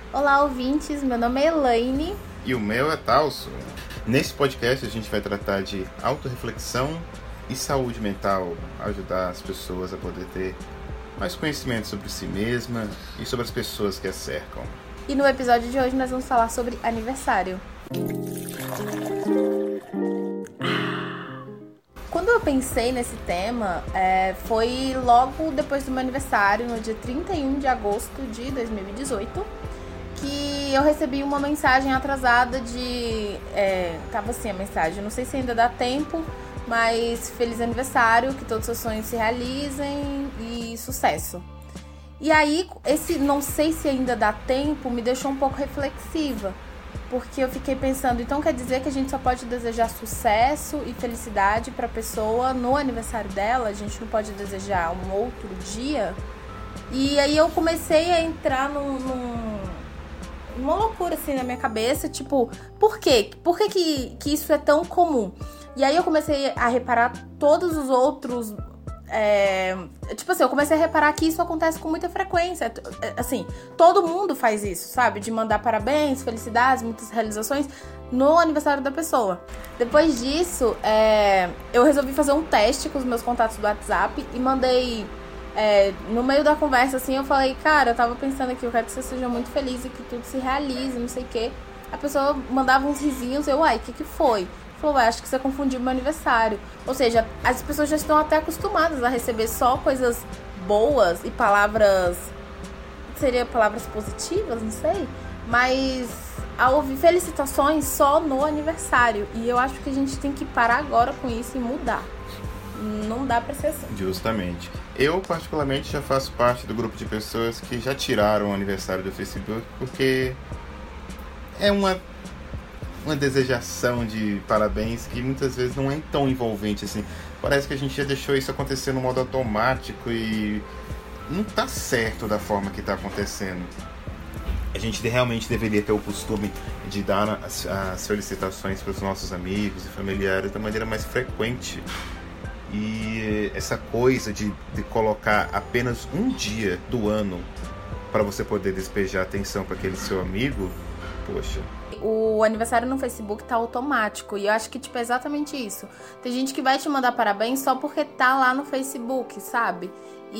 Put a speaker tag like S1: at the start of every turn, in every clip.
S1: Olá, ouvintes, meu nome é Elaine.
S2: E o meu é Talso. Nesse podcast a gente vai tratar de autorreflexão e saúde mental, ajudar as pessoas a poder ter mais conhecimento sobre si mesma e sobre as pessoas que as cercam.
S1: E no episódio de hoje nós vamos falar sobre aniversário. Quando eu pensei nesse tema, foi logo depois do meu aniversário, no dia 31 de agosto de 2018, que eu recebi uma mensagem atrasada tava assim a mensagem, não sei se ainda dá tempo, mas feliz aniversário, que todos os seus sonhos se realizem e sucesso. E aí, esse não sei se ainda dá tempo me deixou um pouco reflexiva, porque eu fiquei pensando, então quer dizer que a gente só pode desejar sucesso e felicidade para a pessoa no aniversário dela? A gente não pode desejar um outro dia? E aí eu comecei a entrar numa loucura assim na minha cabeça, tipo, por quê? Por que isso é tão comum? E aí eu comecei a reparar todos os outros... eu comecei a reparar que isso acontece com muita frequência. Assim, todo mundo faz isso, sabe? De mandar parabéns, felicidades, muitas realizações no aniversário da pessoa. Depois disso, eu resolvi fazer um teste com os meus contatos do WhatsApp e mandei... no meio da conversa, assim, eu falei, cara, eu tava pensando aqui, eu quero que você seja muito feliz e que tudo se realize, não sei o quê. A pessoa mandava uns risinhos, o que foi? Falou, acho que você confundiu meu aniversário. Ou seja, as pessoas já estão até acostumadas a receber só coisas boas e palavras... Seria palavras positivas, não sei. Mas a ouvir felicitações só no aniversário. E eu acho que a gente tem que parar agora com isso e mudar. Não dá pra ser assim.
S2: Justamente. Eu, particularmente, já faço parte do grupo de pessoas que já tiraram o aniversário do Facebook, porque é uma desejação de parabéns que muitas vezes não é tão envolvente assim. Parece que a gente já deixou isso acontecer no modo automático e não tá certo da forma que tá acontecendo. A gente realmente deveria ter o costume de dar as felicitações para os nossos amigos e familiares da maneira mais frequente. E essa coisa de colocar apenas um dia do ano para você poder despejar atenção para aquele seu amigo, poxa.
S1: O aniversário no Facebook tá automático e eu acho que, é exatamente isso. Tem gente que vai te mandar parabéns só porque tá lá no Facebook, sabe?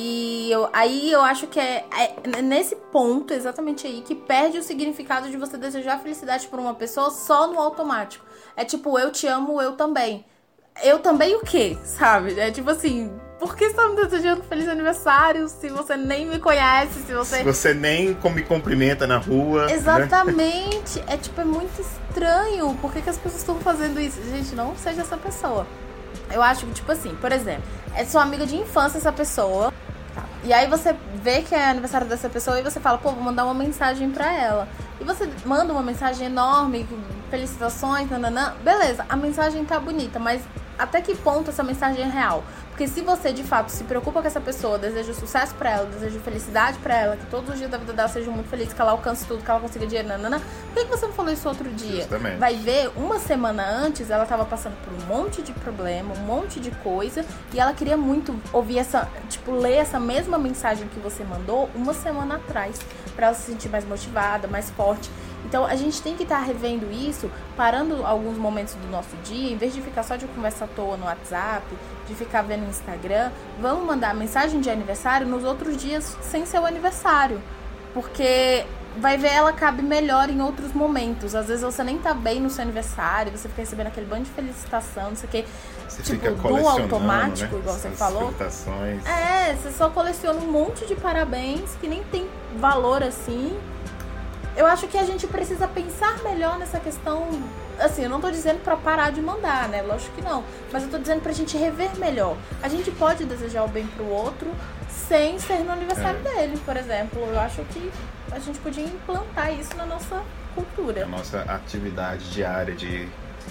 S1: E aí eu acho que é nesse ponto, exatamente aí, que perde o significado de você desejar felicidade por uma pessoa só no automático. É tipo, eu te amo, eu também. Eu também o quê, sabe? É tipo assim, por que você tá me desejando feliz aniversário se você nem me conhece, se você
S2: nem me cumprimenta na rua?
S1: Exatamente. Né? É muito estranho. Por que as pessoas estão fazendo isso? Gente, não seja essa pessoa. Eu acho que, assim, por exemplo, é sua amiga de infância essa pessoa, tá? E aí você vê que é aniversário dessa pessoa e você fala, vou mandar uma mensagem pra ela. E você manda uma mensagem enorme, felicitações, nananã. Beleza, a mensagem tá bonita, mas até que ponto essa mensagem é real? Porque se você, de fato, se preocupa com essa pessoa, deseja sucesso pra ela, deseja felicidade pra ela, que todos os dias da vida dela sejam muito felizes, que ela alcance tudo, que ela consiga dinheiro, nanana, por que você não falou isso outro dia?
S2: Justamente.
S1: Vai ver, uma semana antes, ela tava passando por um monte de problema, um monte de coisa, e ela queria muito ouvir ler essa mesma mensagem que você mandou uma semana atrás, pra ela se sentir mais motivada, mais forte. Então, a gente tem que estar revendo isso, parando alguns momentos do nosso dia, em vez de ficar só de conversa à toa no WhatsApp, de ficar vendo no Instagram, vamos mandar mensagem de aniversário nos outros dias sem ser o aniversário. Porque vai ver, ela cabe melhor em outros momentos. Às vezes você nem tá bem no seu aniversário, você fica recebendo aquele bando de felicitação, não sei o quê.
S2: Você fica colecionando,
S1: do automático,
S2: né?
S1: Igual você falou.
S2: Felicitações.
S1: Você só coleciona um monte de parabéns que nem tem valor assim. Eu acho que a gente precisa pensar melhor nessa questão. Assim, eu não tô dizendo pra parar de mandar, né? Lógico que não. Mas eu tô dizendo pra gente rever melhor. A gente pode desejar o bem pro outro sem ser no aniversário dele, por exemplo. Eu acho que a gente podia implantar isso na nossa cultura.
S2: Na nossa atividade diária de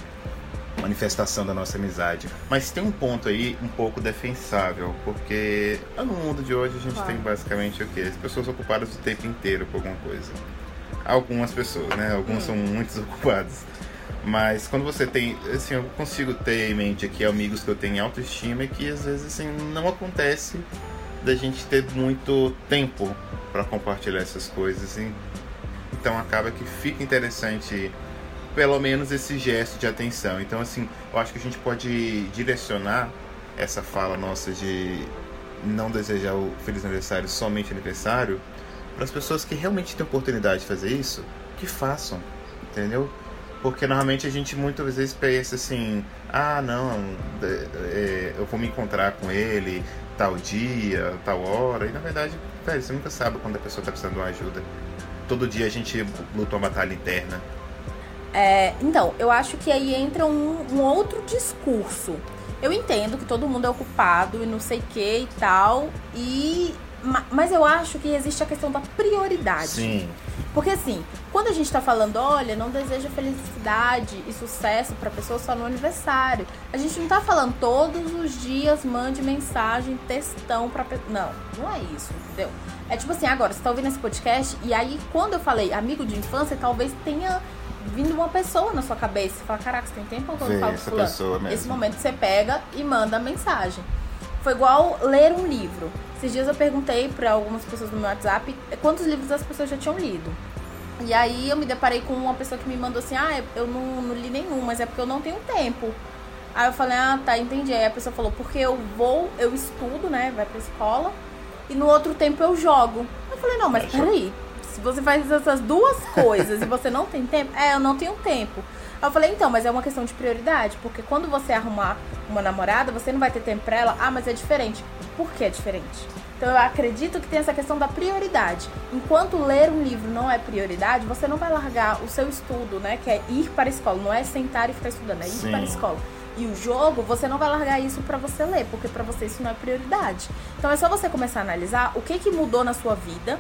S2: manifestação da nossa amizade. Mas tem um ponto aí um pouco defensável, porque no mundo de hoje a gente tem basicamente o quê? As pessoas ocupadas o tempo inteiro com alguma coisa. Algumas pessoas, né? Alguns são muito desocupados. Mas quando você tem, assim, eu consigo ter em mente aqui amigos que eu tenho em autoestima e que às vezes assim, não acontece da gente ter muito tempo para compartilhar essas coisas, assim. Então acaba que fica interessante pelo menos esse gesto de atenção. Então assim, eu acho que a gente pode direcionar essa fala nossa de não desejar o feliz aniversário somente aniversário para as pessoas que realmente têm oportunidade de fazer isso, que façam, entendeu? Porque normalmente a gente muitas vezes pensa assim, não, eu vou me encontrar com ele tal dia, tal hora, e na verdade, velho, você nunca sabe quando a pessoa tá precisando de uma ajuda. Todo dia a gente luta uma batalha interna.
S1: Então, eu acho que aí entra um outro discurso. Eu entendo que todo mundo é ocupado e não sei o que e tal, mas eu acho que existe a questão da prioridade.
S2: Sim.
S1: Porque assim, quando a gente tá falando, olha, não deseja felicidade e sucesso pra pessoa só no aniversário, a gente não tá falando todos os dias mande mensagem, textão pra pessoa. Não é isso, entendeu? É tipo assim, agora, você tá ouvindo esse podcast e aí quando eu falei amigo de infância, talvez tenha vindo uma pessoa na sua cabeça e fala, caraca, você tem tempo quando eu falo
S2: essa
S1: fulano?
S2: pessoa mesmo.
S1: Esse momento você pega e manda a mensagem. Foi igual ler um livro. Esses dias eu perguntei pra algumas pessoas no meu WhatsApp quantos livros as pessoas já tinham lido. E aí eu me deparei com uma pessoa que me mandou assim, eu não li nenhum, mas é porque eu não tenho tempo. Aí eu falei, tá, entendi. Aí a pessoa falou, porque eu estudo, né, vai pra escola, e no outro tempo eu jogo. Eu falei, não, mas peraí, se você faz essas duas coisas e você não tem tempo, eu não tenho tempo. Aí eu falei, então, mas é uma questão de prioridade, porque quando você arrumar uma namorada, você não vai ter tempo pra ela, mas é diferente. Por que é diferente? Então eu acredito que tem essa questão da prioridade. Enquanto ler um livro não é prioridade, você não vai largar o seu estudo, né? Que é ir para a escola, não é sentar e ficar estudando, é ir
S2: Sim.
S1: para a escola. E o jogo, você não vai largar isso pra você ler, porque pra você isso não é prioridade. Então é só você começar a analisar o que mudou na sua vida.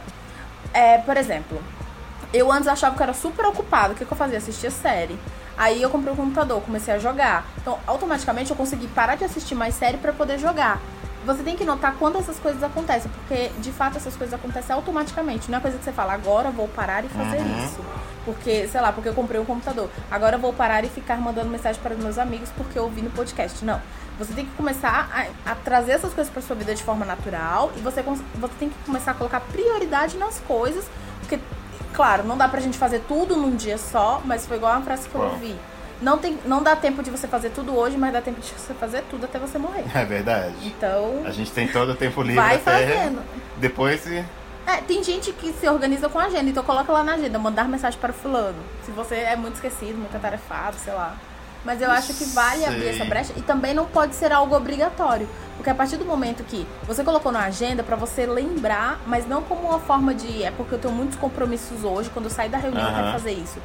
S1: Por exemplo, eu antes achava que eu era super ocupada. O que eu fazia? Assistia série. Aí eu comprei um computador, comecei a jogar. Então, automaticamente, eu consegui parar de assistir mais série pra poder jogar. Você tem que notar quando essas coisas acontecem, porque, de fato, essas coisas acontecem automaticamente. Não é coisa que você fala, agora vou parar e fazer isso. Porque, sei lá, porque eu comprei um computador. Agora eu vou parar e ficar mandando mensagem para os meus amigos porque eu ouvi no podcast. Não. Você tem que começar a trazer essas coisas pra sua vida de forma natural e você tem que começar a colocar prioridade nas coisas, porque, claro, não dá pra gente fazer tudo num dia só, mas foi igual uma frase que eu ouvi. Não dá tempo de você fazer tudo hoje, mas dá tempo de você fazer tudo até você morrer.
S2: É verdade.
S1: Então,
S2: a gente tem todo o tempo livre
S1: vai
S2: até
S1: fazendo.
S2: Depois
S1: tem gente que se organiza com a agenda, então coloca lá na agenda, mandar mensagem para fulano. Se você é muito esquecido, muito atarefado, sei lá. Mas eu acho que vale abrir essa brecha e também não pode ser algo obrigatório. Porque a partir do momento que você colocou na agenda pra você lembrar, mas não como uma forma de, porque eu tenho muitos compromissos hoje, quando eu sair da reunião eu quero fazer isso.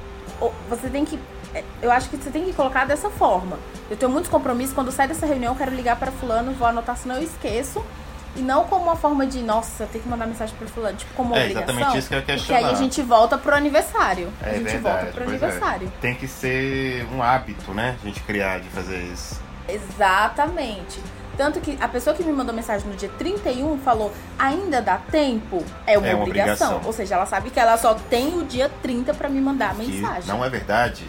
S1: Você tem que, eu acho que você tem que colocar dessa forma. Eu tenho muitos compromissos, quando eu sair dessa reunião eu quero ligar para fulano, vou anotar, senão eu esqueço. E não como uma forma de, nossa, tem que mandar mensagem pro fulano, tipo, como obrigação.
S2: Exatamente isso que eu ia questionar.
S1: Porque aí a gente volta pro aniversário.
S2: É
S1: a gente
S2: verdade,
S1: volta pro aniversário.
S2: Tem que ser um hábito, né? A gente criar de fazer isso.
S1: Exatamente. Tanto que a pessoa que me mandou mensagem no dia 31 falou, ainda dá tempo? É uma obrigação. Ou seja, ela sabe que ela só tem o dia 30 pra me mandar a mensagem.
S2: Não é verdade.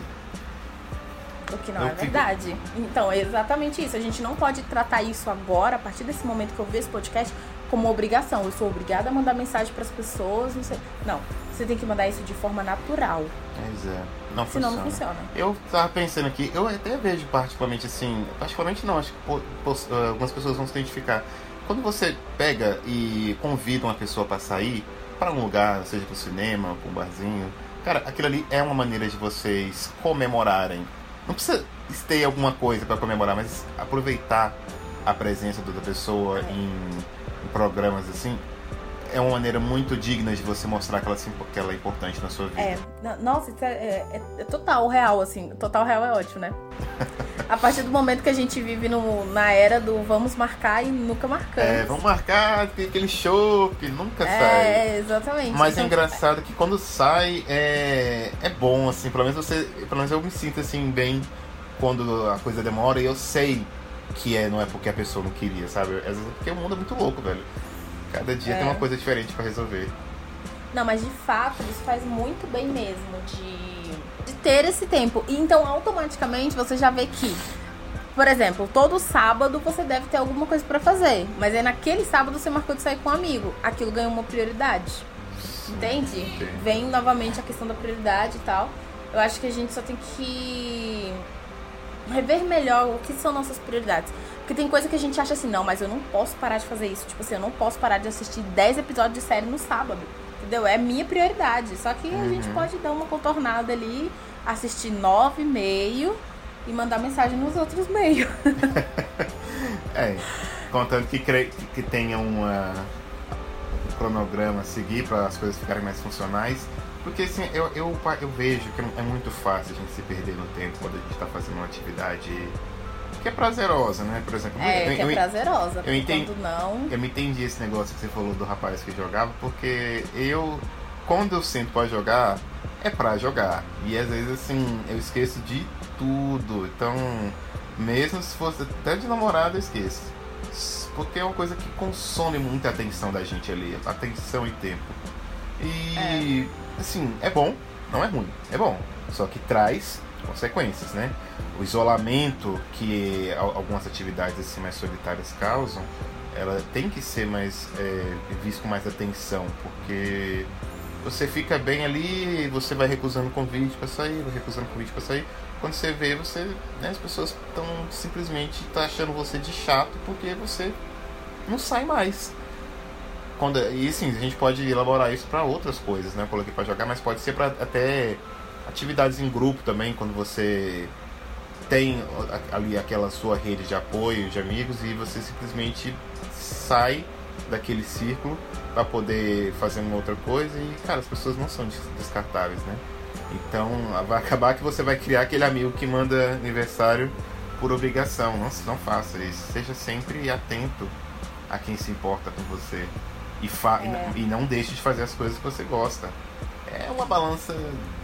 S1: O que não é verdade. Então, é exatamente isso. A gente não pode tratar isso agora, a partir desse momento que eu vi esse podcast, como uma obrigação. Eu sou obrigada a mandar mensagem pras pessoas, não sei. Não, você tem que mandar isso de forma natural.
S2: Pois é.
S1: Senão não funciona.
S2: Eu tava pensando aqui, eu até vejo particularmente assim, particularmente não, acho que algumas pessoas vão se identificar. Quando você pega e convida uma pessoa pra sair pra um lugar, seja pro cinema, pro barzinho, cara, aquilo ali é uma maneira de vocês comemorarem. Não precisa ter alguma coisa pra comemorar, mas aproveitar a presença da pessoa em programas assim é uma maneira muito digna de você mostrar que ela é importante na sua vida.
S1: Nossa, isso é total real, assim. Total real é ótimo, né? A partir do momento que a gente vive na era do vamos marcar e nunca marcamos.
S2: Vamos marcar, tem aquele show que nunca sai.
S1: Exatamente.
S2: Mas então, é engraçado que quando sai é bom, assim, pelo menos eu me sinto assim bem quando a coisa demora e eu sei que não é porque a pessoa não queria, sabe? Às vezes porque o mundo é muito louco, velho. Cada dia tem uma coisa diferente pra resolver.
S1: Não, mas de fato, isso faz muito bem mesmo de ter esse tempo. E então, automaticamente, você já vê que, por exemplo, todo sábado você deve ter alguma coisa pra fazer. Mas aí naquele sábado você marcou de sair com um amigo. Aquilo ganha uma prioridade.
S2: Isso.
S1: Entende?
S2: Okay.
S1: Vem novamente a questão da prioridade e tal. Eu acho que a gente só tem que rever melhor o que são nossas prioridades. Porque tem coisa que a gente acha assim, não, mas eu não posso parar de fazer isso. Tipo assim, eu não posso parar de assistir 10 episódios de série no sábado. Entendeu? É minha prioridade. Só que a gente pode dar uma contornada ali, assistir 9,5 e mandar mensagem nos outros meios.
S2: Contanto que tenha um cronograma a seguir para as coisas ficarem mais funcionais. Porque assim, eu vejo que é muito fácil a gente se perder no tempo quando a gente está fazendo uma atividade que é prazerosa, né? Por exemplo,
S1: é prazerosa.
S2: Eu entendi,
S1: quando não...
S2: eu me entendi esse negócio que você falou do rapaz que jogava, porque quando eu sento pra jogar, é pra jogar. E às vezes assim, eu esqueço de tudo. Então, mesmo se fosse até de namorado, eu esqueço. Porque é uma coisa que consome muita atenção da gente ali, atenção e tempo. E assim, é bom, não é ruim, é bom. Só que traz consequências, né? O isolamento que algumas atividades assim mais solitárias causam, ela tem que ser mais visto com mais atenção, porque você fica bem ali, você vai recusando convite para sair, quando você vê, né, as pessoas estão simplesmente achando você de chato porque você não sai mais. E sim, a gente pode elaborar isso para outras coisas, né? Eu coloquei para jogar, mas pode ser para até atividades em grupo também, quando você tem ali aquela sua rede de apoio, de amigos, e você simplesmente sai daquele círculo para poder fazer uma outra coisa. E, cara, as pessoas não são descartáveis, né? Então, vai acabar que você vai criar aquele amigo que manda aniversário por obrigação. Não faça isso. Seja sempre atento a quem se importa com você. E não deixe de fazer as coisas que você gosta. É uma balança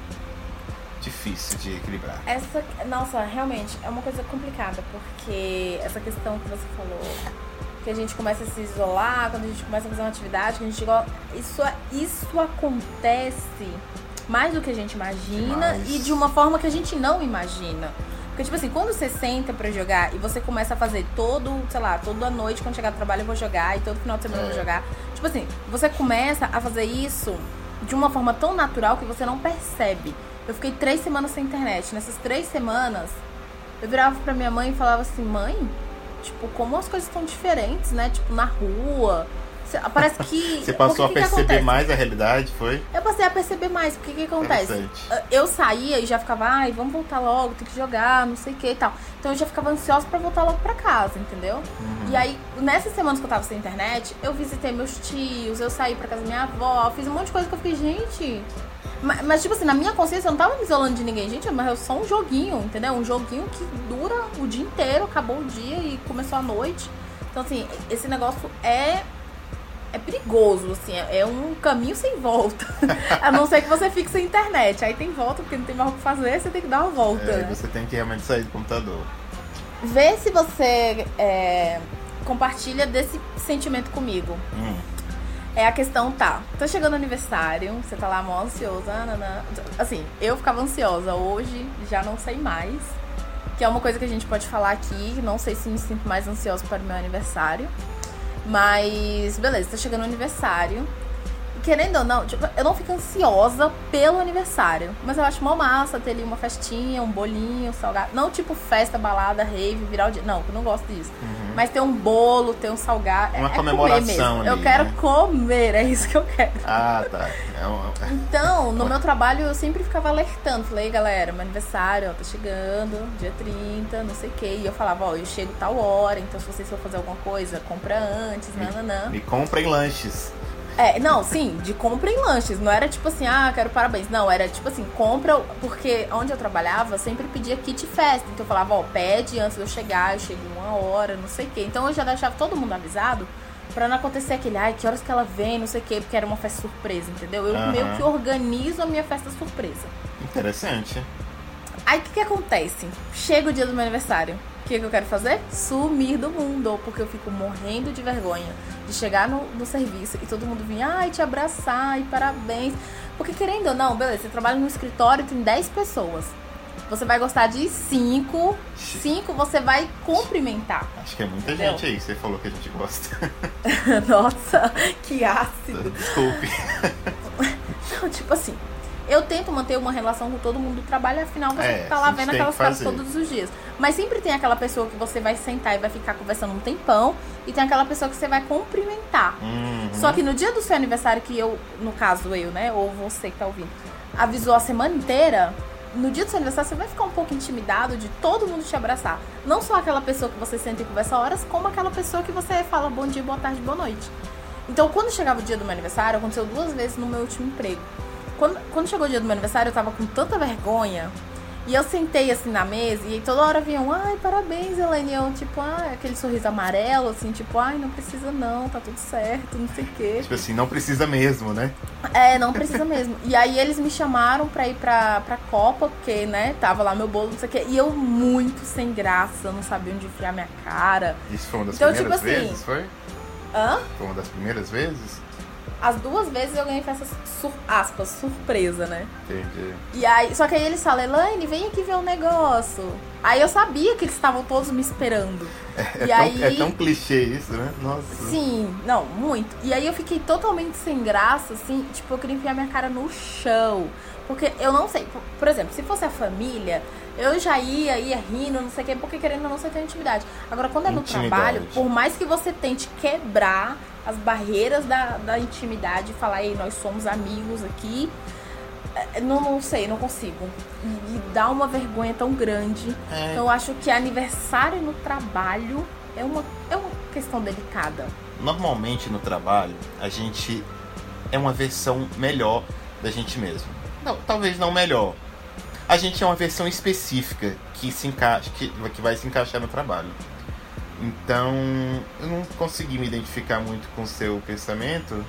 S2: difícil de equilibrar.
S1: Nossa, realmente, é uma coisa complicada, porque essa questão que você falou, que a gente começa a se isolar, quando a gente começa a fazer uma atividade, que a gente gosta, isso acontece mais do que a gente imagina e de uma forma que a gente não imagina. Porque, tipo assim, quando você senta pra jogar e você começa a fazer toda a noite, quando chegar do trabalho eu vou jogar, e todo final de semana eu vou jogar. Tipo assim, você começa a fazer isso de uma forma tão natural que você não percebe. Eu fiquei 3 semanas sem internet. Nessas 3 semanas, eu virava pra minha mãe e falava assim, mãe, tipo, como as coisas estão diferentes, né? Tipo, na rua. Parece que...
S2: Você passou a perceber mais a realidade, foi?
S1: Eu passei a perceber mais, porque o que acontece? Eu saía e já ficava, vamos voltar logo, tem que jogar, não sei o que e tal. Então eu já ficava ansiosa pra voltar logo pra casa, entendeu? Uhum. E aí, nessas semanas que eu tava sem internet, eu visitei meus tios, eu saí pra casa da minha avó, fiz um monte de coisa que eu fiquei, gente... Mas, tipo assim, na minha consciência eu não tava me isolando de ninguém, gente, mas é só um joguinho, entendeu? Um joguinho que dura o dia inteiro, acabou o dia e começou a noite. Então, assim, esse negócio é perigoso, assim, é um caminho sem volta. A não ser que você fique sem internet. Aí tem volta, porque não tem mais o que fazer, você tem que dar uma volta.
S2: Você tem que realmente sair do computador.
S1: Vê se você compartilha desse sentimento comigo. É a questão, tá chegando o aniversário, você tá lá mó ansiosa, assim, eu ficava ansiosa, hoje já não sei mais, que é uma coisa que a gente pode falar aqui, não sei se me sinto mais ansiosa para o meu aniversário, mas beleza, tá chegando o aniversário, e querendo ou não, tipo, eu não fico ansiosa pelo aniversário, mas eu acho mó massa ter ali uma festinha, um bolinho, salgado, não tipo festa, balada, rave, virar o dia, não, eu não gosto disso. Mas ter um bolo, ter um salgado.
S2: Uma comemoração ali,
S1: eu quero comer, é isso que eu quero.
S2: Ah, tá.
S1: Então, no meu trabalho, eu sempre ficava alertando. Falei, galera, meu aniversário, tá chegando, dia 30, não sei o quê. E eu falava, eu chego tal hora, então se vocês for fazer alguma coisa, compra antes, nananã.
S2: Me comprem lanches.
S1: Não, sim, de compra em lanches. Não era tipo assim, quero parabéns. Não, era tipo assim, compra... Porque onde eu trabalhava, eu sempre pedia kit festa. Então eu falava, pede antes de eu chegar, eu chego 1 hora, não sei o quê. Então eu já deixava todo mundo avisado pra não acontecer aquele, que horas que ela vem, não sei o quê. Porque era uma festa surpresa, entendeu? Eu meio que organizo a minha festa surpresa.
S2: Interessante.
S1: Aí o que acontece? Chega o dia do meu aniversário. O que eu quero fazer? Sumir do mundo, porque eu fico morrendo de vergonha de chegar no serviço e todo mundo vir, te abraçar e parabéns. Porque querendo ou não, beleza, você trabalha no escritório, tem 10 pessoas. Você vai gostar de 5 você vai cumprimentar.
S2: Acho que é muita gente aí, você falou que a gente gosta.
S1: Nossa, que ácido.
S2: Desculpe.
S1: tipo assim, eu tento manter uma relação com todo mundo do trabalho, afinal você tá lá vendo aquelas caras todos os dias. Mas sempre tem aquela pessoa que você vai sentar e vai ficar conversando um tempão, e tem aquela pessoa que você vai cumprimentar. Só que no dia do seu aniversário, que eu, no caso eu, né, ou você que tá ouvindo, avisou a semana inteira, no dia do seu aniversário você vai ficar um pouco intimidado de todo mundo te abraçar. Não só aquela pessoa que você senta e conversa horas, como aquela pessoa que você fala bom dia, boa tarde, boa noite. Então, quando chegava o dia do meu aniversário, aconteceu 2 vezes no meu último emprego. Quando chegou o dia do meu aniversário, eu tava com tanta vergonha. E eu sentei assim na mesa e toda hora vinham, ai, parabéns, Elaine. E eu, tipo, aquele sorriso amarelo, assim, tipo, ai, não precisa não, tá tudo certo, não sei o quê.
S2: Tipo assim, não precisa mesmo, né?
S1: Não precisa mesmo. E aí eles me chamaram pra ir pra Copa, porque, né, tava lá meu bolo, não sei o quê. E eu muito sem graça, não sabia onde enfiar minha cara.
S2: Isso foi uma das
S1: então,
S2: primeiras
S1: tipo assim,
S2: vezes, foi? Foi uma das primeiras vezes?
S1: As 2 vezes eu ganhei festa, aspas, surpresa, né?
S2: Entendi.
S1: E aí, só que aí eles falam, Elaine, vem aqui ver um negócio. Aí eu sabia que eles estavam todos me esperando.
S2: É tão clichê isso, né? Nossa.
S1: Sim, não, muito. E aí eu fiquei totalmente sem graça, assim, tipo, eu queria enfiar minha cara no chão. Porque eu não sei, por exemplo, se fosse a família, eu já ia rindo, não sei o quê, porque querendo ou não, você tem intimidade. Agora, quando é no trabalho, por mais que você tente quebrar as barreiras da intimidade e falar, ei, nós somos amigos aqui, não sei, não consigo. E dá uma vergonha tão grande. Então eu acho que aniversário no trabalho é uma questão delicada.
S2: Normalmente no trabalho, a gente é uma versão melhor da gente mesmo. Não, talvez não melhor. A gente é uma versão específica que vai se encaixar no trabalho. Então, eu não consegui me identificar muito com o seu pensamento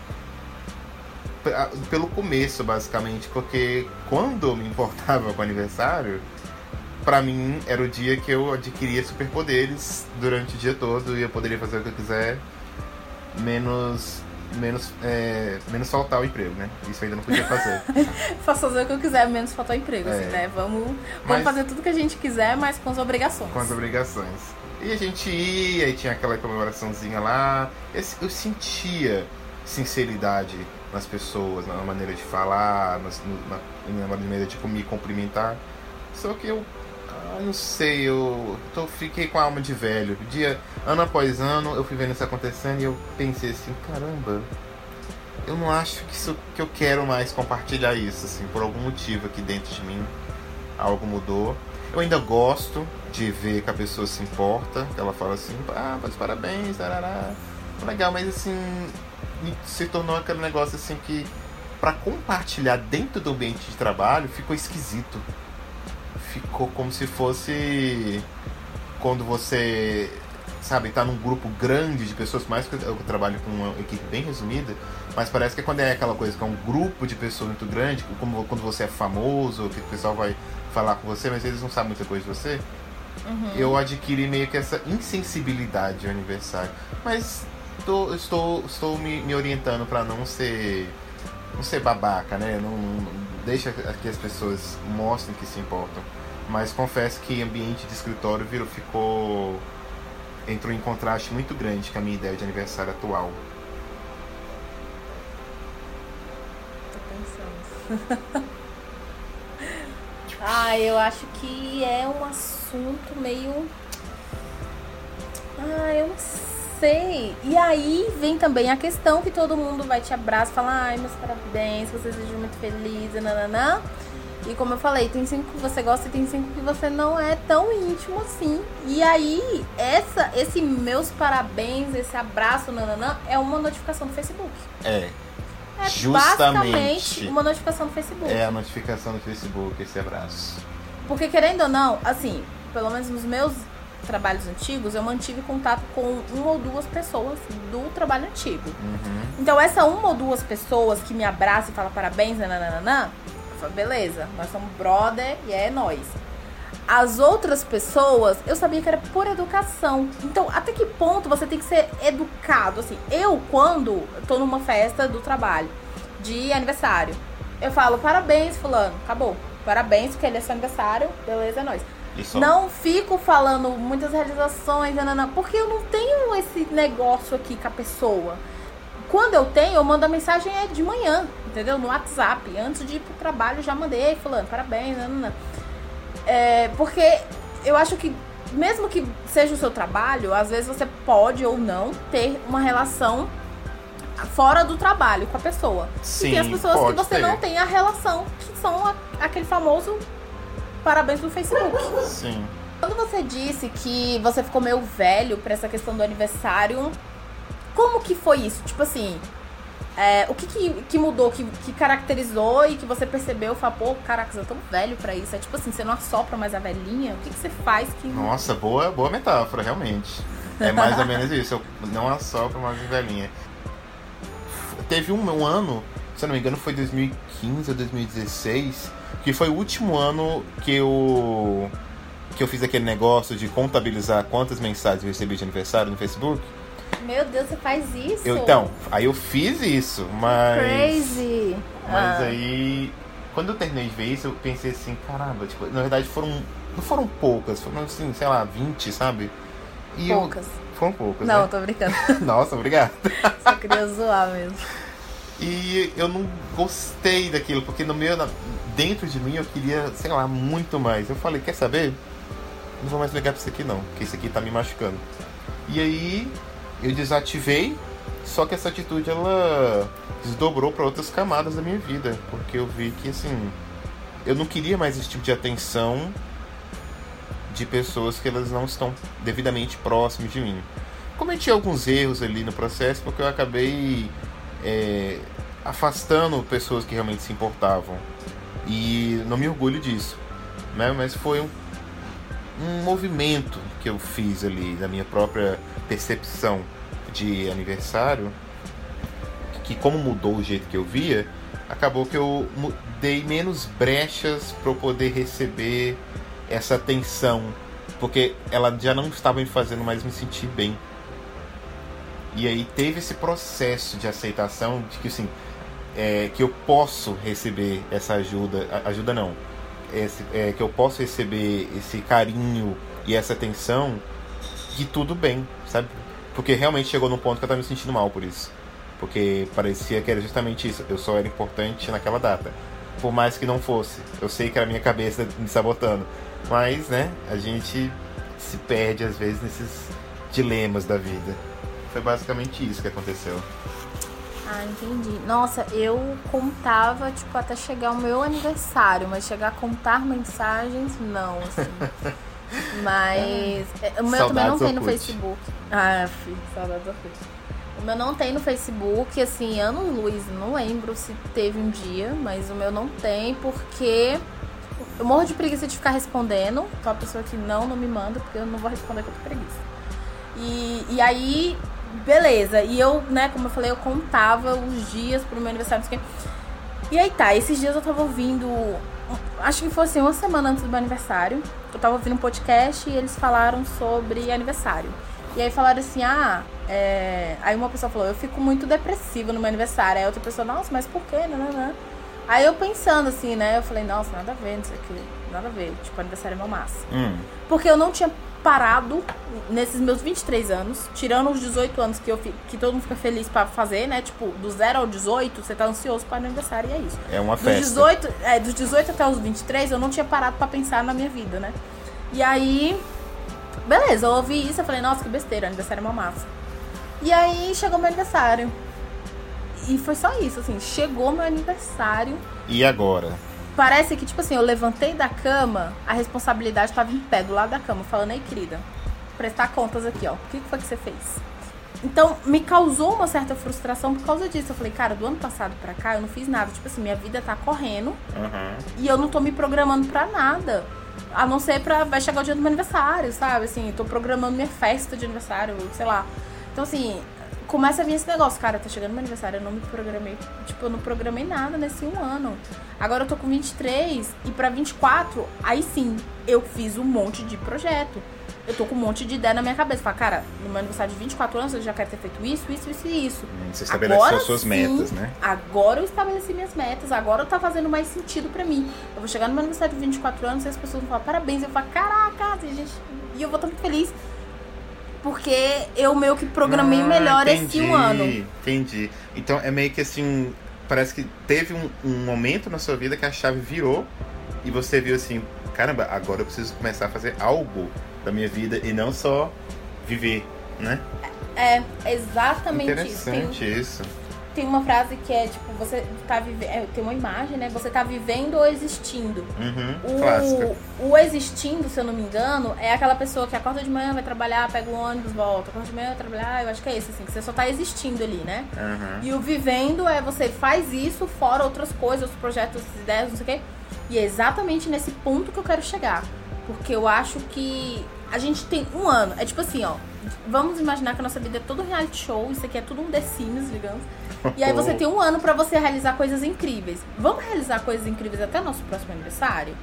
S2: pelo começo, basicamente, porque quando eu me importava com o aniversário, pra mim era o dia que eu adquiria superpoderes durante o dia todo e eu poderia fazer o que eu quiser, menos faltar o emprego, né? Isso eu ainda não podia fazer.
S1: Posso fazer o que eu quiser, menos faltar o emprego, assim, né? Vamos fazer tudo que a gente quiser, mas com as obrigações.
S2: Com as obrigações. E a gente ia, e tinha aquela comemoraçãozinha lá. Eu sentia sinceridade nas pessoas, na maneira de falar, na maneira de me cumprimentar. Só que eu não sei, fiquei com a alma de velho. Ano após ano, eu fui vendo isso acontecendo e eu pensei assim, caramba, eu não acho que eu quero mais compartilhar isso, assim, por algum motivo aqui dentro de mim. Algo mudou. Eu ainda gosto de ver que a pessoa se importa, que ela fala assim, mas parabéns, tarará. Legal, mas assim, se tornou aquele negócio assim que, pra compartilhar dentro do ambiente de trabalho, ficou esquisito. Ficou como se fosse quando você, sabe, tá num grupo grande de pessoas, mais que eu trabalho com uma equipe bem resumida, mas parece que quando é aquela coisa que é um grupo de pessoas muito grande, como quando você é famoso, que o pessoal vai falar com você, mas eles não sabem muita coisa de você. Eu adquiri meio que essa insensibilidade ao aniversário. Mas estou me orientando para não ser babaca, né? Não deixa que as pessoas mostrem que se importam. Mas confesso que ambiente de escritório entrou em contraste muito grande com a minha ideia de aniversário atual.
S1: Tô pensando. Eu acho que é um assunto meio... eu não sei. E aí vem também a questão que todo mundo vai te abraçar e falar, meus parabéns, você seja muito feliz, nananã. E como eu falei, tem 5 que você gosta e tem 5 que você não é tão íntimo assim. E aí, esse meus parabéns, esse abraço, nananã, é uma notificação do Facebook. Basicamente uma notificação do Facebook.
S2: É a notificação do Facebook, esse abraço.
S1: Porque querendo ou não, assim, pelo menos nos meus trabalhos antigos, eu mantive contato com 1 ou 2 pessoas do trabalho antigo. Então essa 1 ou 2 pessoas que me abraçam e falam parabéns, nananana, eu falo, beleza, nós somos brother e é nóis. As outras pessoas, eu sabia que era por educação. Então, até que ponto você tem que ser educado? Assim, quando tô numa festa do trabalho, de aniversário, eu falo, parabéns, fulano, acabou. Parabéns, porque ele é seu aniversário, beleza, é nóis. Não fico falando muitas realizações, porque eu não tenho esse negócio aqui com a pessoa. quando eu tenho, eu mando a mensagem de manhã, entendeu? No WhatsApp. Antes de ir pro trabalho, já mandei, fulano, parabéns, não. Porque eu acho que, mesmo que seja o seu trabalho, às vezes você pode ou não ter uma relação fora do trabalho com a pessoa.
S2: Sim,
S1: e tem as pessoas que você
S2: ter.
S1: não tem a relação, que são aquele famoso parabéns do Facebook.
S2: Sim.
S1: Quando você disse que você ficou meio velho pra essa questão do aniversário, como que foi isso? Tipo assim, o que mudou, que caracterizou e que você percebeu, falou, pô, caraca, eu tô velho pra isso. É tipo assim, você não assopra mais a velhinha? O que você faz que...
S2: Nossa, boa metáfora, realmente. É mais ou menos isso, eu não assopro mais a velhinha. Teve um ano, se eu não me engano foi 2015 ou 2016, que foi o último ano que eu fiz aquele negócio de contabilizar quantas mensagens eu recebi de aniversário no Facebook.
S1: Meu Deus, você faz isso?
S2: Aí eu fiz isso, mas...
S1: Crazy!
S2: Mas aí, quando eu terminei de ver isso, eu pensei assim, caramba, tipo, na verdade não foram poucas, foram assim, sei lá, 20, sabe? E
S1: poucas.
S2: Foram poucas,
S1: não,
S2: né?
S1: Tô brincando.
S2: Nossa, obrigado.
S1: Só queria zoar mesmo.
S2: E eu não gostei daquilo, porque dentro de mim eu queria, sei lá, muito mais. Eu falei, quer saber? Não vou mais ligar pra isso aqui não, porque isso aqui tá me machucando. E aí eu desativei, só que essa atitude ela desdobrou pra outras camadas da minha vida, porque eu vi que assim, eu não queria mais esse tipo de atenção de pessoas que elas não estão devidamente próximas de mim. Cometi alguns erros ali no processo, porque eu acabei afastando pessoas que realmente se importavam. E não me orgulho disso, né? Mas foi um movimento que eu fiz ali na minha própria percepção de aniversário, que como mudou o jeito que eu via, acabou que eu dei menos brechas para eu poder receber essa atenção, porque ela já não estava me fazendo mais me sentir bem. E aí teve esse processo de aceitação de que assim, que eu posso receber essa ajuda não, que eu posso receber esse carinho e essa atenção, que tudo bem, sabe? Porque realmente chegou num ponto que eu estava me sentindo mal por isso, porque parecia que era justamente isso, eu só era importante naquela data, por mais que não fosse. Eu sei que era a minha cabeça me sabotando, mas né, a gente se perde às vezes nesses dilemas da vida. Foi basicamente isso que aconteceu.
S1: Ah, entendi. Nossa, eu contava, tipo, até chegar o meu aniversário, mas chegar a contar mensagens, não, assim. Mas o meu também não tem no Facebook. Ah, filho, saudades do Orkut. O meu não tem no Facebook, assim, anos-luz, não lembro se teve um dia, mas o meu não tem, porque eu morro de preguiça de ficar respondendo. Então a pessoa que não me manda, porque eu não vou responder porque eu tô preguiça. E aí, beleza. E eu, né, como eu falei, eu contava os dias pro meu aniversário, não sei o quê. E aí tá, esses dias eu tava ouvindo, acho que foi assim, uma semana antes do meu aniversário, eu tava ouvindo um podcast e eles falaram sobre aniversário. E aí falaram assim, aí uma pessoa falou, eu fico muito depressiva no meu aniversário. Aí outra pessoa, nossa, mas por quê? Não. Aí eu pensando assim, né, eu falei, nossa, nada a ver, não sei o que, nada a ver, tipo, aniversário é meu massa. Porque eu não tinha parado nesses meus 23 anos, tirando os 18 anos que todo mundo fica feliz pra fazer, né, tipo, do 0 ao 18, você tá ansioso para aniversário e é isso.
S2: É uma festa.
S1: Dos 18 até os 23, eu não tinha parado pra pensar na minha vida, né. E aí, beleza, eu ouvi isso, eu falei, nossa, que besteira, aniversário é uma massa. E aí, chegou meu aniversário. E foi só isso, assim, chegou meu aniversário.
S2: E agora?
S1: Parece que, tipo assim, eu levantei da cama, a responsabilidade tava em pé do lado da cama, falando, ei, querida, prestar contas aqui, ó, o que foi que você fez? Então, me causou uma certa frustração por causa disso. Eu falei, cara, do ano passado pra cá, eu não fiz nada. Tipo assim, minha vida tá correndo e eu não tô me programando pra nada. A não ser vai chegar o dia do meu aniversário, sabe? Assim, tô programando minha festa de aniversário, sei lá. Então, assim, começa a vir esse negócio, cara, tá chegando meu aniversário, eu não me programei, tipo, eu não programei nada nesse um ano. Agora eu tô com 23 e pra 24, aí sim, eu fiz um monte de projeto. Eu tô com um monte de ideia na minha cabeça. Fala, cara, no meu aniversário de 24 anos eu já quero ter feito isso.
S2: Você estabeleceu suas metas, né?
S1: Agora eu estabeleci minhas metas, agora tá fazendo mais sentido pra mim. Eu vou chegar no meu aniversário de 24 anos e as pessoas vão falar, parabéns. Eu vou falar, caraca, gente, e eu vou estar muito feliz. Porque eu meio que programei melhor esse um ano.
S2: Entendi. Então é meio que assim, parece que teve um momento na sua vida que a chave virou e você viu assim, caramba, agora eu preciso começar a fazer algo da minha vida e não só viver, né?
S1: É exatamente
S2: interessante isso.
S1: Tem uma frase que é tipo, você tá vivendo. Tem uma imagem, né? Você tá vivendo ou existindo.
S2: Clássica.
S1: O existindo, se eu não me engano, é aquela pessoa que acorda de manhã, vai trabalhar, pega o ônibus, volta. Acorda de manhã, vai trabalhar, eu acho que é esse, assim, que você só tá existindo ali, né? E o vivendo é você faz isso, fora outras coisas, outros projetos, outras ideias, não sei o quê. E é exatamente nesse ponto que eu quero chegar. Porque eu acho que a gente tem um ano. É tipo assim, ó. Vamos imaginar que a nossa vida é todo um reality show. Isso aqui é tudo um The Sims, digamos. E aí você tem um ano pra você realizar coisas incríveis. Vamos realizar coisas incríveis até o nosso próximo aniversário?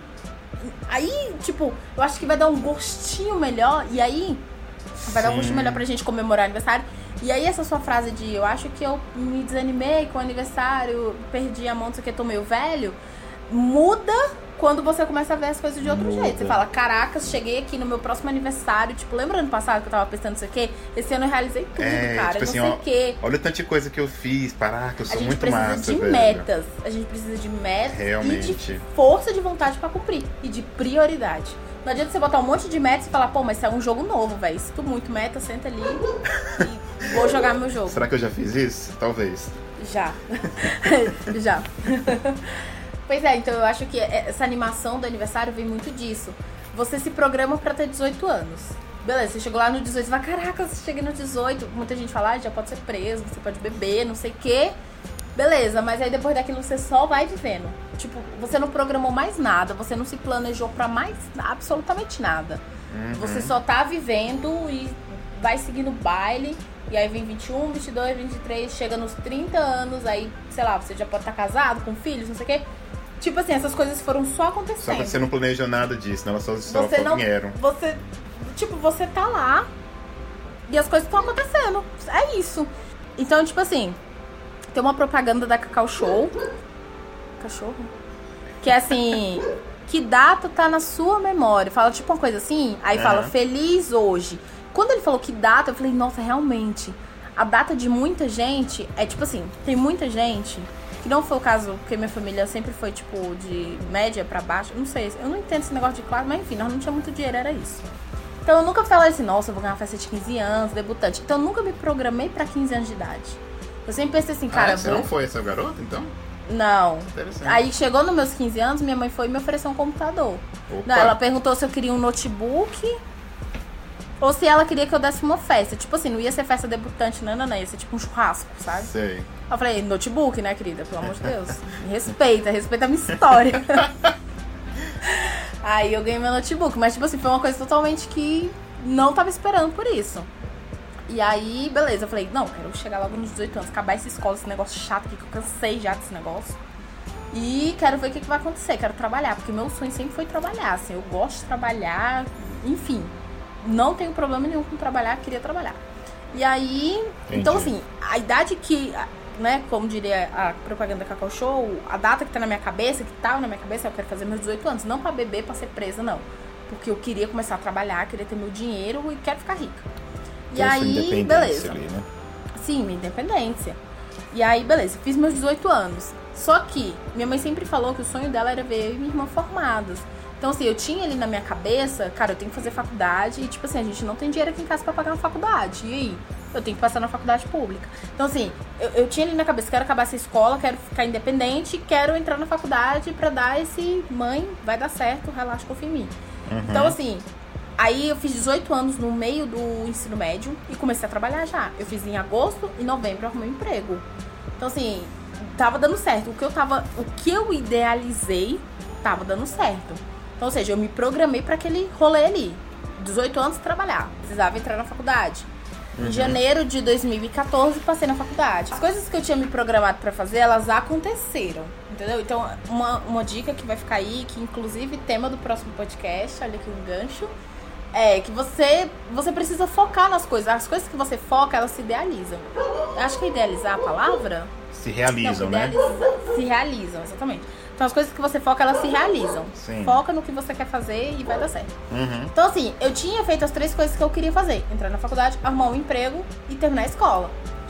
S1: Aí, tipo, eu acho que vai dar um gostinho melhor. E aí, vai dar um gostinho melhor pra gente comemorar o aniversário. E aí essa sua frase de eu acho que eu me desanimei com o aniversário, perdi a mão, não sei o que, tô meio velho, muda quando você começa a ver as coisas de outro jeito. Você fala, caracas, cheguei aqui no meu próximo aniversário, tipo, lembra ano passado que eu tava pensando não sei o quê? Esse ano eu realizei tudo, cara,
S2: tipo
S1: não
S2: assim,
S1: sei o quê.
S2: Olha o tanto de coisa que eu fiz, caraca, eu sou muito massa,
S1: A gente precisa de metas. A gente precisa de metas
S2: realmente.
S1: E de força de vontade pra cumprir. E de prioridade. Não adianta você botar um monte de metas e falar, pô, mas isso é um jogo novo, velho. Se tu muito meta, senta ali e vou jogar meu jogo.
S2: Será que eu já fiz isso? Talvez.
S1: Já. Já. Pois é, então eu acho que essa animação do aniversário vem muito disso. Você se programa pra ter 18 anos. Beleza, você chegou lá no 18 e vai, caraca, você cheguei no 18. Muita gente fala, já pode ser preso, você pode beber, não sei o quê. Beleza, mas aí depois daquilo você só vai vivendo. Tipo, você não programou mais nada, você não se planejou pra mais absolutamente nada. Você só tá vivendo e vai seguindo o baile. E aí vem 21, 22, 23, chega nos 30 anos, aí, sei lá, você já pode estar casado, com filhos, não sei o quê. Tipo assim, essas coisas foram só acontecendo.
S2: Só que você não planejou nada disso, elas só vieram.
S1: Você tá lá e as coisas estão acontecendo. É isso. Então, tipo assim, tem uma propaganda da Cacau Show. Cachorro? Que é assim, que data tá na sua memória? Fala tipo uma coisa assim, aí fala feliz hoje. Quando ele falou que data, eu falei, nossa, realmente, a data de muita gente é tipo assim, tem muita gente, que não foi o caso, porque minha família sempre foi tipo de média pra baixo, não sei, eu não entendo esse negócio de classe, mas enfim, nós não tinha muito dinheiro, era isso. Então eu nunca falei assim, nossa, eu vou ganhar uma festa de 15 anos, debutante. Então eu nunca me programei pra 15 anos de idade. Eu sempre pensei assim, cara...
S2: você não foi essa garota, então?
S1: Não. Aí chegou nos meus 15 anos, minha mãe foi e me ofereceu um computador. Não, ela perguntou se eu queria um notebook ou se ela queria que eu desse uma festa. Tipo assim, não ia ser festa debutante, não, ia ser tipo um churrasco, sabe?
S2: Sei.
S1: Eu falei, notebook, né, querida? Pelo amor de Deus. Me respeita a minha história. Aí eu ganhei meu notebook, mas tipo assim, foi uma coisa totalmente que não tava esperando por isso. E aí, beleza, eu falei, não, quero chegar logo nos 18 anos, acabar essa escola, esse negócio chato aqui, que eu cansei já desse negócio. E quero ver o que vai acontecer, quero trabalhar, porque meu sonho sempre foi trabalhar, assim, eu gosto de trabalhar, enfim, não tenho problema nenhum com trabalhar, queria trabalhar. E aí,
S2: entendi.
S1: Então assim, a idade que, né, como diria a propaganda da Cacau Show, a data que tá na minha cabeça, que tava na minha cabeça, eu quero fazer meus 18 anos, não pra beber, pra ser presa, não. Porque eu queria começar a trabalhar, queria ter meu dinheiro e quero ficar rica. E aí, beleza.
S2: Ali, né?
S1: Sim, minha independência. E aí, beleza, fiz meus 18 anos. Só que minha mãe sempre falou que o sonho dela era ver eu e minha irmã formadas. Então, assim, eu tinha ali na minha cabeça, cara, eu tenho que fazer faculdade. E, tipo assim, a gente não tem dinheiro aqui em casa pra pagar uma faculdade. E aí? Eu tenho que passar na faculdade pública. Então, assim, eu tinha ali na cabeça, quero acabar essa escola, quero ficar independente, quero entrar na faculdade pra dar esse... Mãe, vai dar certo, relaxa, confia em mim. Então, assim... Aí eu fiz 18 anos no meio do ensino médio e comecei a trabalhar já. Eu fiz em agosto e novembro eu arrumei um emprego. Então assim, tava dando certo. O que eu idealizei tava dando certo. Então, ou seja, eu me programei pra aquele rolê ali. 18 anos trabalhar. Precisava entrar na faculdade. Em janeiro de 2014 passei na faculdade. As coisas que eu tinha me programado pra fazer, elas aconteceram. Entendeu? Então, uma dica que vai ficar aí, que inclusive tema do próximo podcast, olha aqui um gancho. É que você precisa focar nas coisas. As coisas que você foca, elas se idealizam. Eu acho que é idealizar a palavra?
S2: Se realizam, né?
S1: Se realizam, exatamente. Então as coisas que você foca, elas se realizam.
S2: Sim.
S1: Foca no que você quer fazer e vai dar certo. Então assim, eu tinha feito as 3 coisas que eu queria fazer. Entrar na faculdade, arrumar um emprego e terminar a escola.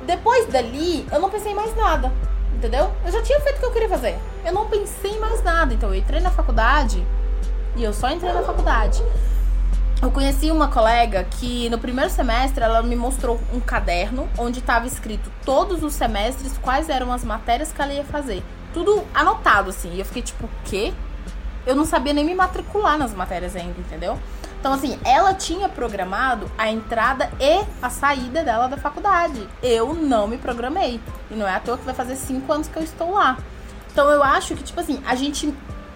S1: Depois dali, eu não pensei em mais nada, entendeu? Eu já tinha feito o que eu queria fazer. Eu não pensei em mais nada. Então, eu entrei na faculdade e eu só entrei na faculdade. Eu conheci uma colega que no primeiro semestre ela me mostrou um caderno onde estava escrito todos os semestres quais eram as matérias que ela ia fazer. Tudo anotado, assim. E eu fiquei tipo, o quê? Eu não sabia nem me matricular nas matérias ainda, entendeu? Então, assim, ela tinha programado a entrada e a saída dela da faculdade. Eu não me programei. E não é à toa que vai fazer 5 anos que eu estou lá. Então, eu acho que, tipo assim, a gente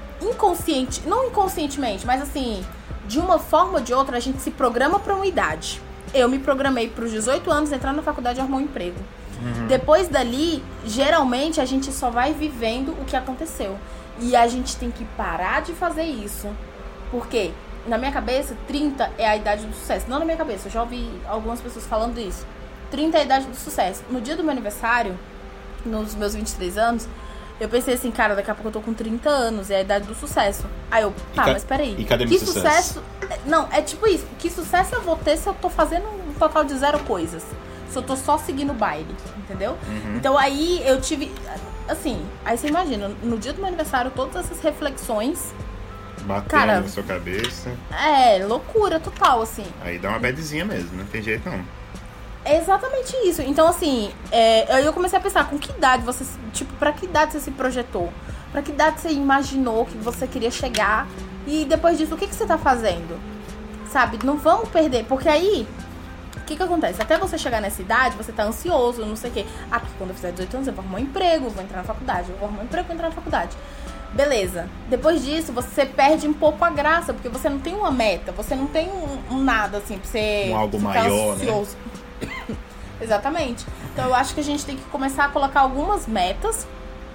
S1: não inconscientemente, mas assim, de uma forma ou de outra, a gente se programa pra uma idade. Eu me programei pros 18 anos, entrar na faculdade e arrumar um emprego. Depois dali, geralmente, a gente só vai vivendo o que aconteceu. E a gente tem que parar de fazer isso. Por quê? Na minha cabeça, 30 é a idade do sucesso. Não na minha cabeça, eu já ouvi algumas pessoas falando isso. 30 é a idade do sucesso. No dia do meu aniversário, nos meus 23 anos, eu pensei assim, cara, daqui a pouco eu tô com 30 anos, é a idade do sucesso. Aí eu, mas peraí.
S2: E cadê
S1: que
S2: meu sucesso?
S1: Não, é tipo isso. Que sucesso eu vou ter se eu tô fazendo um total de 0 coisas? Se eu tô só seguindo o baile, entendeu? Então aí eu tive... Assim, aí você imagina, no dia do meu aniversário, todas essas reflexões...
S2: Batendo na sua cabeça.
S1: É, loucura total, assim.
S2: Aí dá uma badzinha mesmo, não tem jeito não.
S1: É exatamente isso. Então, assim, aí eu comecei a pensar, com que idade você... Tipo, pra que idade você se projetou? Pra que idade você imaginou que você queria chegar? E depois disso, o que você tá fazendo? Sabe? Não vamos perder, porque aí... O que acontece? Até você chegar nessa idade, você tá ansioso, não sei o quê. Ah, porque quando eu fizer 18 anos eu vou arrumar um emprego, vou entrar na faculdade. Eu vou arrumar um emprego, vou entrar na faculdade. Beleza. Depois disso, você perde um pouco a graça, porque você não tem uma meta, você não tem um nada, assim, pra você
S2: algo
S1: ficar
S2: maior,
S1: ansioso. Né? Exatamente. Então eu acho que a gente tem que começar a colocar algumas metas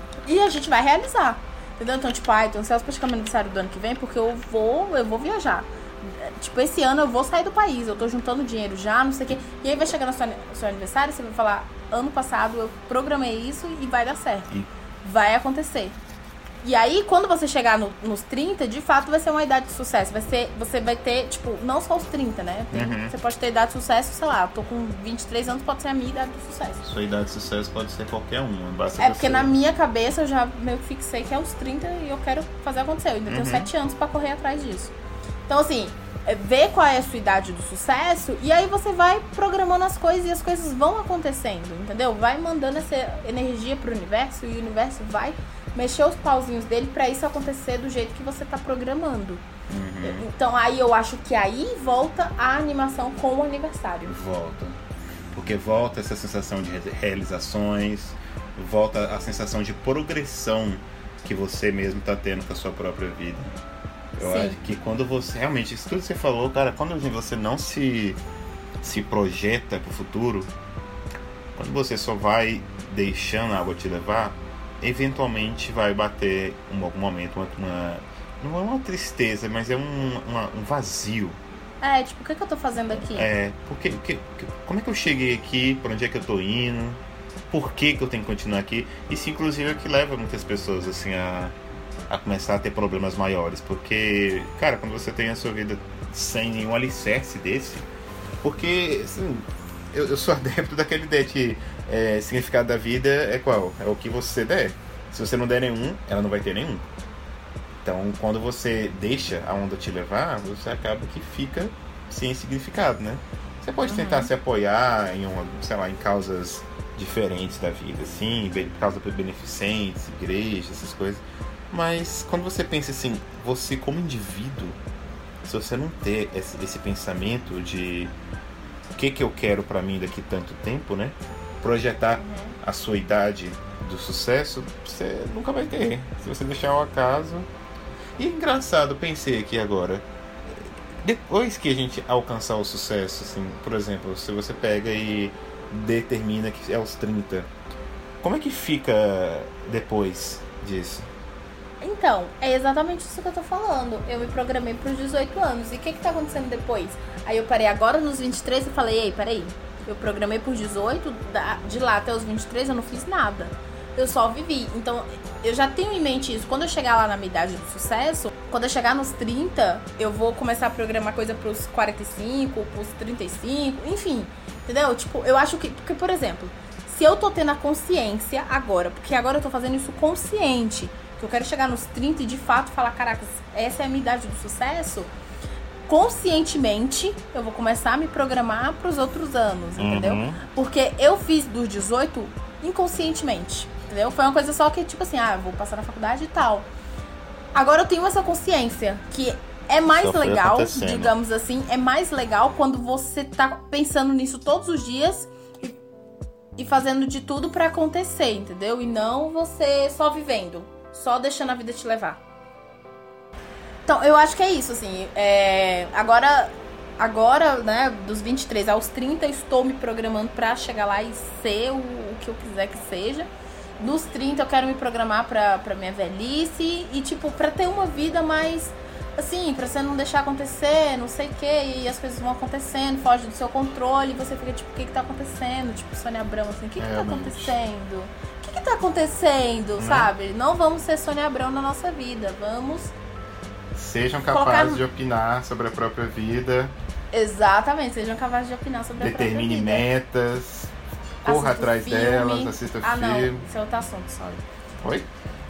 S1: e a gente vai realizar. Entendeu? Então, tipo, tô ansioso pra chegar no aniversário do ano que vem, porque eu vou viajar. Tipo, esse ano eu vou sair do país, eu tô juntando dinheiro já, não sei o quê. E aí vai chegar no seu aniversário, você vai falar, ano passado eu programei isso e vai dar certo. Vai acontecer. E aí, quando você chegar nos 30, de fato vai ser uma idade de sucesso. Você vai ter, tipo, não só os 30, né? Você pode ter idade de sucesso, sei lá, eu tô com 23 anos, pode ser a minha idade de sucesso.
S2: Sua idade de sucesso pode ser qualquer uma, basta
S1: É porque na minha cabeça eu já meio que fixei que é os 30 e eu quero fazer acontecer. Eu ainda tenho 7 anos pra correr atrás disso. Então, assim, ver qual é a sua idade do sucesso e aí você vai programando as coisas e as coisas vão acontecendo, entendeu? Vai mandando essa energia pro universo e o universo vai mexer os pauzinhos dele pra isso acontecer do jeito que você tá programando. Então, aí eu acho que aí volta a animação com o aniversário.
S2: Volta. Porque volta essa sensação de realizações, volta a sensação de progressão que você mesmo tá tendo com a sua própria vida. Eu acho que quando você... Realmente, isso tudo que você falou, cara, quando você não se projeta pro futuro, quando você só vai deixando a água te levar, eventualmente vai bater em algum momento não é uma tristeza, mas é um vazio.
S1: Tipo, o que eu tô fazendo aqui?
S2: Como é que eu cheguei aqui? Pra onde é que eu tô indo? Por que eu tenho que continuar aqui? Isso, inclusive, é o que leva muitas pessoas, assim, a começar a ter problemas maiores. Porque, cara, quando você tem a sua vida sem nenhum alicerce desse... Porque, assim, eu sou adepto daquela ideia de significado da vida é qual? É o que você der. Se você não der nenhum, ela não vai ter nenhum. Então, quando você deixa a onda te levar, você acaba que fica sem significado, né? Você pode tentar se apoiar em causas diferentes da vida, assim, causas beneficentes, igrejas, essas coisas. Mas quando você pensa assim, você como indivíduo, se você não ter esse pensamento de o que eu quero pra mim daqui tanto tempo, né? Projetar a sua idade do sucesso, você nunca vai ter. Se você deixar ao acaso. E engraçado, pensei aqui agora, depois que a gente alcançar o sucesso, assim, por exemplo, se você pega e determina que é aos 30, como é que fica depois disso?
S1: Então, é exatamente isso que eu tô falando. Eu me programei pros 18 anos. E o que tá acontecendo depois? Aí eu parei agora nos 23 e falei, ei, peraí. Eu programei por 18, de lá até os 23 eu não fiz nada. Eu só vivi. Então, eu já tenho em mente isso. Quando eu chegar lá na minha idade do sucesso, quando eu chegar nos 30, eu vou começar a programar coisa pros 45, pros 35, enfim. Entendeu? Tipo, eu acho que... Porque, por exemplo, se eu tô tendo a consciência agora, porque agora eu tô fazendo isso consciente, que eu quero chegar nos 30 e de fato falar, caracas, essa é a minha idade do sucesso, conscientemente eu vou começar a me programar pros outros anos, entendeu? Porque eu fiz dos 18 inconscientemente, entendeu? Foi uma coisa só que, tipo assim, vou passar na faculdade e tal. Agora eu tenho essa consciência que é mais legal, digamos assim, é mais legal quando você tá pensando nisso todos os dias e fazendo de tudo pra acontecer, entendeu? E não você só vivendo, só deixando a vida te levar. Então, eu acho que é isso, assim, agora, né, dos 23 aos 30, eu estou me programando pra chegar lá e ser o que eu quiser que seja. Nos 30 eu quero me programar pra minha velhice e, tipo, pra ter uma vida mais, assim, pra você não deixar acontecer, não sei o que, e as coisas vão acontecendo, foge do seu controle, e você fica, tipo, o que tá acontecendo? Tipo, Sônia Abrão, assim, o que tá acontecendo? O que tá acontecendo, sabe? Não vamos ser Sônia Abrão na nossa vida, vamos...
S2: Sejam capazes de opinar sobre a própria vida.
S1: Exatamente, sejam capazes de opinar sobre a própria vida.
S2: Determine metas, corra atrás delas, assista filme.
S1: Não, isso é outro assunto, só.
S2: Oi?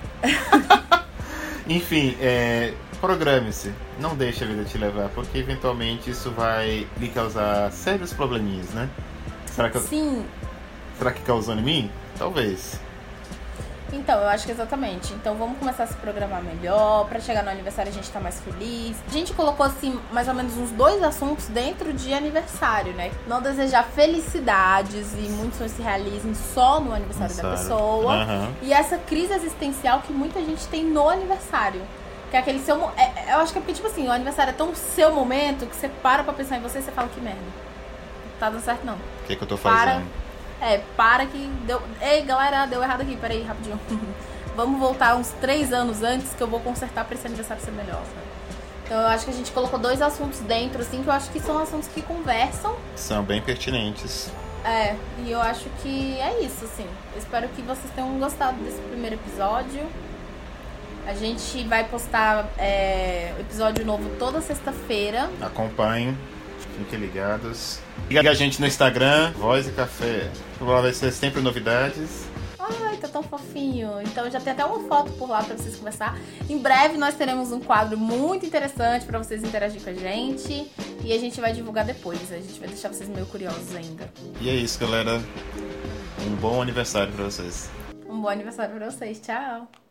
S2: Enfim, programe-se. Não deixe a vida te levar, porque eventualmente isso vai lhe causar sérios probleminhas, né?
S1: Sim.
S2: Será que causou em mim? Talvez.
S1: Então, eu acho que exatamente. Então, vamos começar a se programar melhor. Pra chegar no aniversário a gente tá mais feliz. A gente colocou, assim, mais ou menos uns 2 assuntos dentro de aniversário, né? Não desejar felicidades e muitos sonhos se realizem só no aniversário da pessoa. E essa crise existencial que muita gente tem no aniversário. Que é aquele seu... eu acho que é porque, tipo assim, o aniversário é tão seu momento que você para pra pensar em você e você fala, que merda. Não tá dando certo, não.
S2: O que eu tô fazendo?
S1: Para que deu... Ei, galera, deu errado aqui, peraí, rapidinho. Vamos voltar uns 3 anos antes que eu vou consertar pra esse aniversário ser melhor, sabe? Então eu acho que a gente colocou 2 assuntos dentro, assim, que eu acho que são assuntos que conversam.
S2: São bem pertinentes.
S1: E eu acho que é isso, assim. Eu espero que vocês tenham gostado desse primeiro episódio. A gente vai postar episódio novo toda sexta-feira.
S2: Acompanhem, fiquem ligados. Siga a gente no Instagram, Voz e Café. Lá vai ser sempre novidades.
S1: Ai, tá tão fofinho. Então já tem até uma foto por lá pra vocês conversar. Em breve nós teremos um quadro muito interessante pra vocês interagirem com a gente. E a gente vai divulgar depois. A gente vai deixar vocês meio curiosos ainda.
S2: E é isso, galera. Um bom aniversário pra vocês.
S1: Um bom aniversário pra vocês. Tchau.